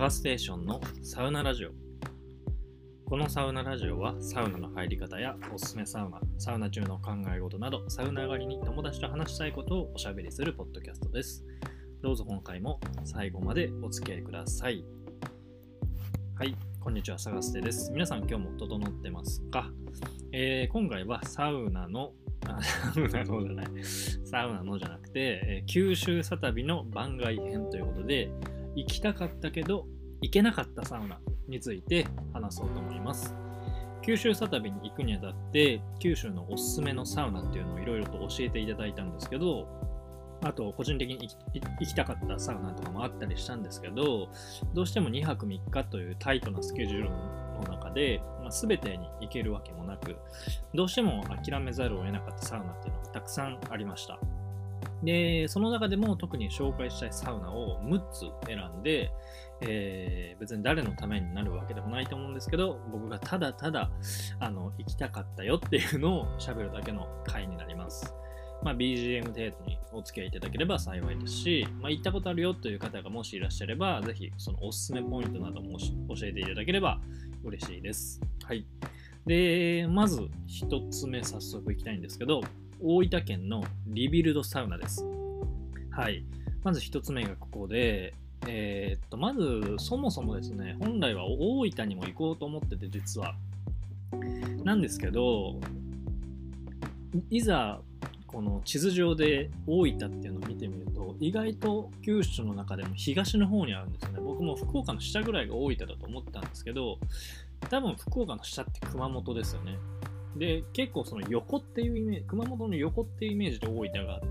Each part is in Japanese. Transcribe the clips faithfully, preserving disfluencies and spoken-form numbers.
ガステーションのサウナラジオ。このサウナラジオはサウナの入り方やおすすめサウナ、サウナ中の考え事など、サウナ上がりに友達と話したいことをおしゃべりするポッドキャストです。どうぞ今回も最後までお付き合いください。はい、こんにちは、サガステです。皆さん今日も整ってますか？えー、今回はサウナのあサウナのじゃないサウナのじゃなくて、えー、九州サ旅の番外編ということで、行きたかったけど行けなかったサウナについて話そうと思います。九州サ旅に行くにあたって九州のおすすめのサウナっていうのをいろいろと教えていただいたんですけど、あと個人的に行き、行きたかったサウナとかもあったりしたんですけど、どうしてもにはくみっかというタイトなスケジュールの中で、まあ、全てに行けるわけもなく、どうしても諦めざるを得なかったサウナっていうのがたくさんありました。で、その中でも特に紹介したいサウナをむっつ選んで、えー、別に誰のためになるわけでもないと思うんですけど、僕がただただあの行きたかったよっていうのを喋るだけの回になります。まあ、ビージーエム 程度にお付き合いいただければ幸いですし、まあ、行ったことあるよという方がもしいらっしゃれば、ぜひそのおすすめポイントなども教えていただければ嬉しいです。はい。で、まず一つ目早速行きたいんですけど、大分県のリビルドサウナです。はい。まず一つ目がここで、えー、っと、まずそもそもですね、本来は大分にも行こうと思ってて、実は。なんですけど、いざ、この地図上で大分っていうのを見てみると、意外と九州の中でも東の方にあるんですよね。僕も福岡の下ぐらいが大分だと思ってたんですけど、多分福岡の下って熊本ですよね。で、結構その横っていうイメージ、熊本の横っていうイメージで大分があって、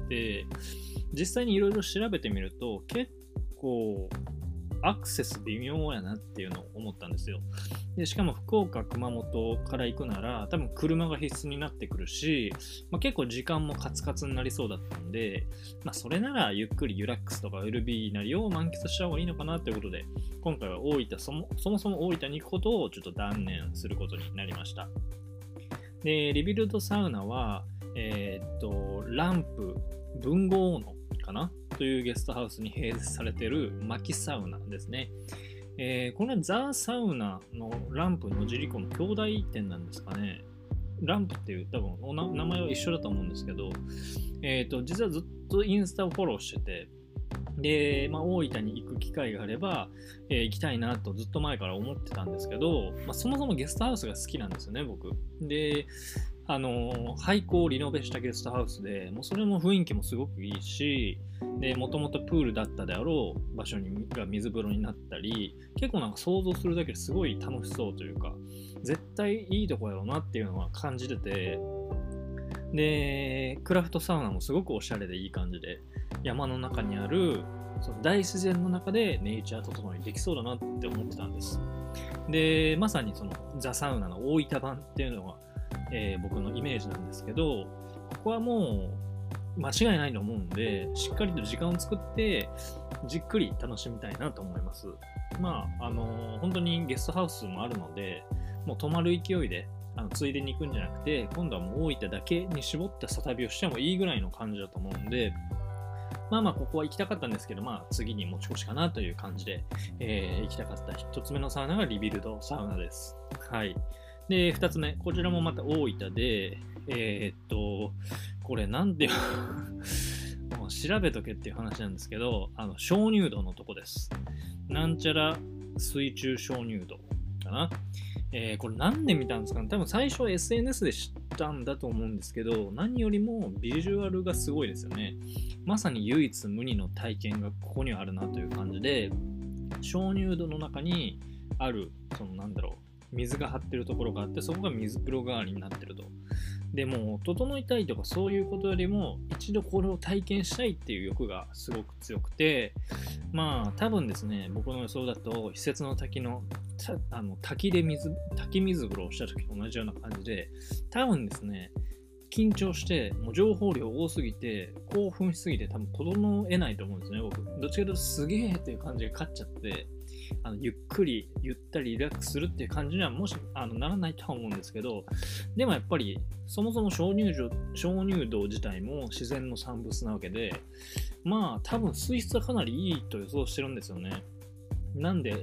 実際にいろいろ調べてみると、結構アクセス微妙やなっていうのを思ったんですよ。で、しかも福岡、熊本から行くなら多分車が必須になってくるし、まあ、結構時間もカツカツになりそうだったんで、まあ、それならゆっくりユラックスとか エルビー なりを満喫した方がいいのかなということで、今回は大分、そもそもそも大分に行くことをちょっと断念することになりました。で、リビルドサウナは、えー、っと、ランプ文豪のかなというゲストハウスに併設されている薪サウナですね。えー、これはザ・サウナのランプのジリコの兄弟店なんですかね。ランプっていう多分おな名前は一緒だと思うんですけど、えー、と実はずっとインスタをフォローしてて、で、まあ、大分に行く機会があれば、えー、行きたいなとずっと前から思ってたんですけど、まあ、そもそもゲストハウスが好きなんですよね、僕。で、あの廃校をリノベしたゲストハウスで、もうそれも雰囲気もすごくいいし、で、もともとプールだったであろう場所にが水風呂になったり、結構なんか想像するだけですごい楽しそうというか、絶対いいとこやろうなっていうのは感じてて、で、クラフトサウナもすごくおしゃれでいい感じで、山の中にあるその大自然の中でネイチャー整いできそうだなって思ってたんです。で、まさにそのザ・サウナの大分版っていうのが、えー、僕のイメージなんですけど、ここはもう間違いないと思うんで、しっかりと時間を作ってじっくり楽しみたいなと思います。まあ、あのー、本当にゲストハウスもあるので、もう泊まる勢いであのついでに行くんじゃなくて、今度はもう大分だけに絞ったサ旅をしてもいいぐらいの感じだと思うんで、まあまあここは行きたかったんですけど、まあ次に持ち越しかなという感じで、えー、行きたかった一つ目のサウナがリビルドサウナです。はい。で、二つ目、こちらもまた大分で、えー、っと、これなんてもう調べとけっていう話なんですけど、あの鍾乳洞のとこです。なんちゃら水中鍾乳洞かな。えー、これなんで見たんですかね。多分最初 エスエヌエス で知ったんだと思うんですけど、何よりもビジュアルがすごいですよね。まさに唯一無二の体験がここにはあるなという感じで、鍾乳洞の中にある、そのなんだろう、水が張ってるところがあって、そこが水風呂代わりになってると。でも、整いたいとかそういうことよりも、一度これを体験したいっていう欲がすごく強くて、まあ、多分ですね、僕の予想だと、施設の滝の、あの滝で水、滝水風呂をした時と同じような感じで、多分ですね、緊張して、もう情報量多すぎて、興奮しすぎて、多分整えないと思うんですね、僕。どっちかというと、すげーっていう感じが勝っちゃって、あのゆっくりゆったりリラックスするっていう感じにはもしあのならないとは思うんですけど、でもやっぱりそもそも鍾乳洞、鍾乳洞自体も自然の産物なわけで、まあ多分水質はかなりいいと予想してるんですよね。なんで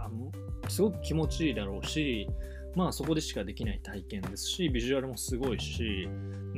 あもうすごく気持ちいいだろうし、まあそこでしかできない体験ですし、ビジュアルもすごいし、うん、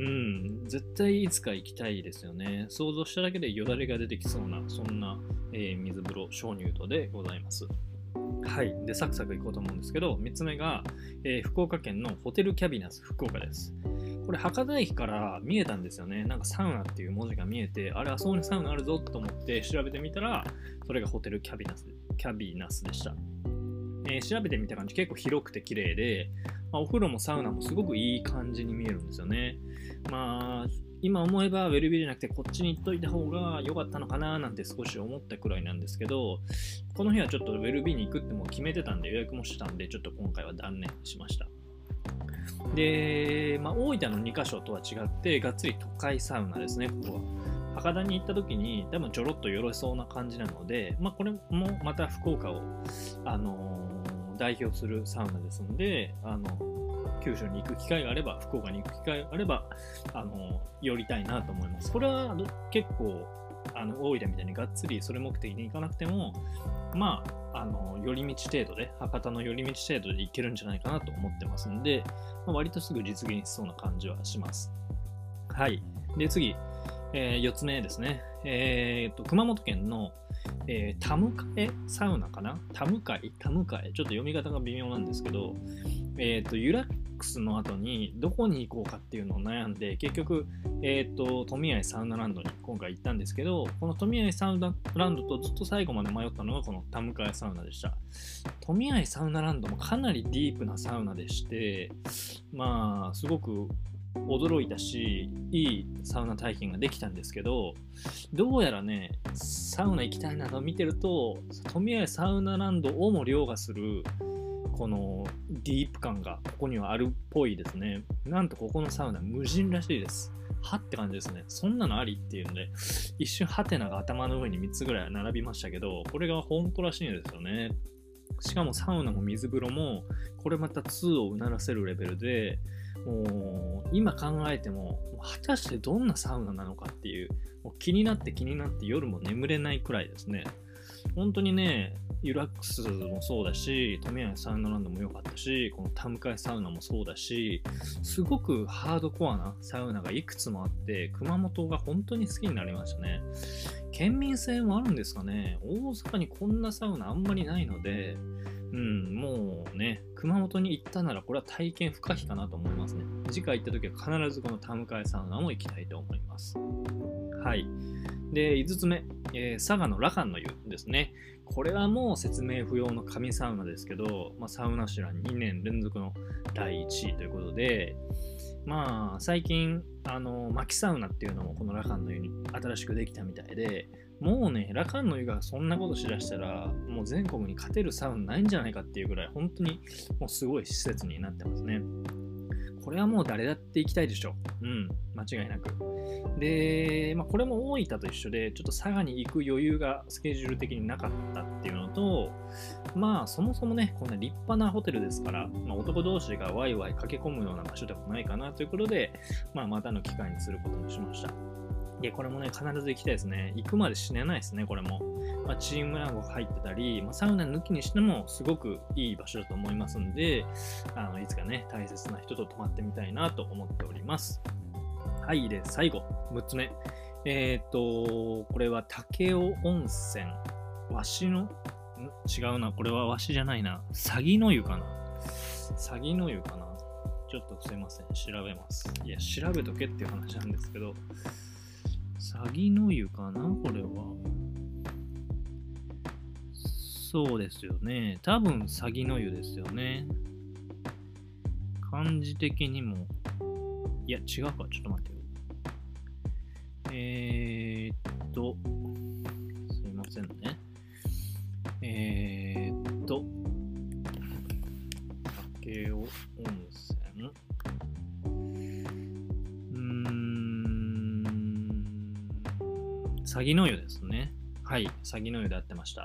絶対いつか行きたいですよね。想像しただけでよだれが出てきそうな、そんな、えー、水風呂鍾乳洞でございます。はい。で、サクサクいこうと思うんですけど、みっつめが、えー、福岡県のホテルキャビナス福岡です。これ、博多駅から見えたんですよね。なんかサウナっていう文字が見えて、あれ、あそこにサウナあるぞと思って調べてみたら、それがホテルキャビナス、キャビナスでした。えー、調べてみた感じ結構広くて綺麗で、まあ、お風呂もサウナもすごくいい感じに見えるんですよね。まあ今思えばウェルビーじゃなくてこっちに行っといた方が良かったのかななんて少し思ったくらいなんですけど、この日はちょっとウェルビーに行くってもう決めてたんで予約もしたんで、ちょっと今回は断念しました。で、まあ、大分のにかしょとは違ってがっつり都会サウナですね。ここは博多に行った時に多分ちょろっとよろしそうな感じなので、まあ、これもまた福岡を、あのー、代表するサウナですので、あの九州に行く機会があれば、福岡に行く機会があれば、あの寄りたいなと思います。これは結構あの大分みたいにがっつりそれ目的に行かなくても、まあ、あの寄り道程度で、博多の寄り道程度で行けるんじゃないかなと思ってますんで、まあ、割とすぐ実現しそうな感じはします。はい。で、次、えー、よっつめですね。えー、と熊本県の、えー、田向サウナかな田向田向ちょっと読み方が微妙なんですけど、えー、とユラックスの後にどこに行こうかっていうのを悩んで、結局、えー、と富合サウナランドに今回行ったんですけど、この富合サウナランドとずっと最後まで迷ったのがこの田向サウナでした。富合サウナランドもかなりディープなサウナでして、まあすごく驚いたし、いいサウナ体験ができたんですけど、どうやらね、サウナ行きたいなと見てると、富合サウナランドをも凌駕するこのディープ感がここにはあるっぽいですね。なんとここのサウナ無人らしいです。はって感じですね。そんなのありっていうので、一瞬ハテナが頭の上にみっつぐらい並びましたけど、これが本当らしいんですよね。しかもサウナも水風呂も、これまたツーをうならせるレベルで、もう今考えても果たしてどんなサウナなのかっていう、もう気になって気になって夜も眠れないくらいですね。本当にね、ユラックスもそうだし、富谷サウナランドも良かったし、この田向サウナもそうだし、すごくハードコアなサウナがいくつもあって、熊本が本当に好きになりましたね。県民性もあるんですかね。大阪にこんなサウナあんまりないので、うん、もうね、熊本に行ったならこれは体験不可避かなと思いますね。次回行った時は必ずこの田向サウナも行きたいと思います。はい。で、いつつめ、えー、佐賀の羅漢の湯ですね。これはもう説明不要の神サウナですけど、まあ、サウナシュランにねん連続のだいいちいということで、まあ最近あの薪サウナっていうのもこの羅漢の湯に新しくできたみたいで、もうね羅漢の湯がそんなことしだしたらもう全国に勝てるサウナないんじゃないかっていうぐらい本当にもうすごい施設になってますね。これはもう誰だって行きたいでしょう。うん、間違いなく。で、まあ、これも大分と一緒で、ちょっと佐賀に行く余裕がスケジュール的になかったっていうのと、まあ、そもそもね、こんな立派なホテルですから、まあ、男同士がワイワイ駆け込むような場所でもないかなということで、まあ、またの機会にすることにしました。で、これもね、必ず行きたいですね。行くまで死ねないですね、これも。まあ、チームラボ入ってたり、まあ、サウナ抜きにしてもすごくいい場所だと思いますんで、あのいつかね、大切な人と泊まってみたいなと思っております。はい、で、最後、むっつめ。えっと、これは武雄温泉。わしの、ん違うな、これはわしじゃないな。詐欺の湯かな。詐欺の湯かな。ちょっとすいません、調べます。いや、調べとけっていう話なんですけど、詐欺の湯かなこれは。そうですよね。多分詐欺の湯ですよね。漢字的にも。いや、違うか。ちょっと待ってよ。えーっと、すいませんね。えーっと、武雄温泉。うーん、詐欺の湯ですね。はい、詐欺の湯で合ってました。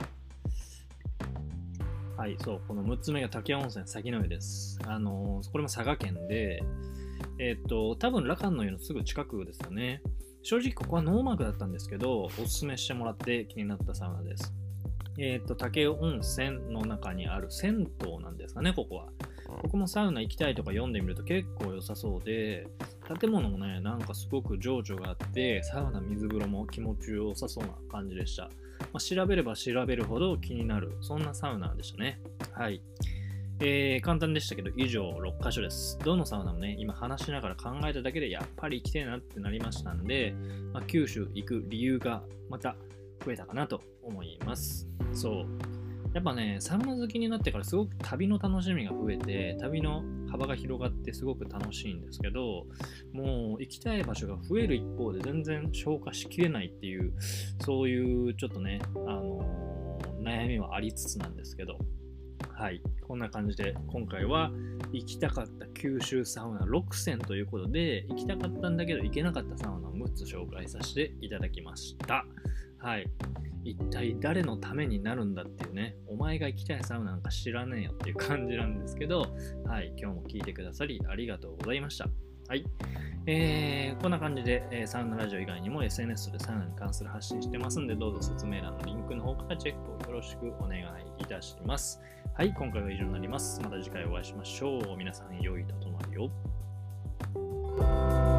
はい、そう、このむっつめが武雄温泉詐欺の湯です。あのー、これも佐賀県で、えっと、多分羅漢の湯のすぐ近くですよね。正直ここはノーマークだったんですけど、おすすめしてもらって気になったサウナです。 えっと、武雄温泉の中にある銭湯なんですかね、ここは。ここもサウナ行きたいとか読んでみると結構良さそうで、建物もね、なんかすごく情緒があって、サウナ、水風呂も気持ちよさそうな感じでした。まあ、調べれば調べるほど気になる、そんなサウナでしたね。はい。えー、簡単でしたけど、以上ろっかしょです。どのサウナもね、今話しながら考えただけでやっぱり行きたいなってなりましたんで、まあ、九州行く理由がまた増えたかなと思います。そう。やっぱね、サウナ好きになってからすごく旅の楽しみが増えて、旅の幅が広がってすごく楽しいんですけど、もう行きたい場所が増える一方で全然消化しきれないっていう、そういうちょっとね、あのー悩みはありつつなんですけど、はい、こんな感じで今回は行きたかった九州サウナろくせんということで、行きたかったんだけど行けなかったサウナをむっつ紹介させていただきました。はい。一体誰のためになるんだっていうね、お前が行きたいサウナなんか知らねえよっていう感じなんですけど、はい、今日も聞いてくださりありがとうございました。はい。えー、こんな感じで、えー、サウナラジオ以外にも エスエヌエス でサウナに関する発信してますんで、どうぞ説明欄のリンクの方からチェックをよろしくお願いいたします。はい、今回は以上になります。また次回お会いしましょう。皆さん良いととまりを。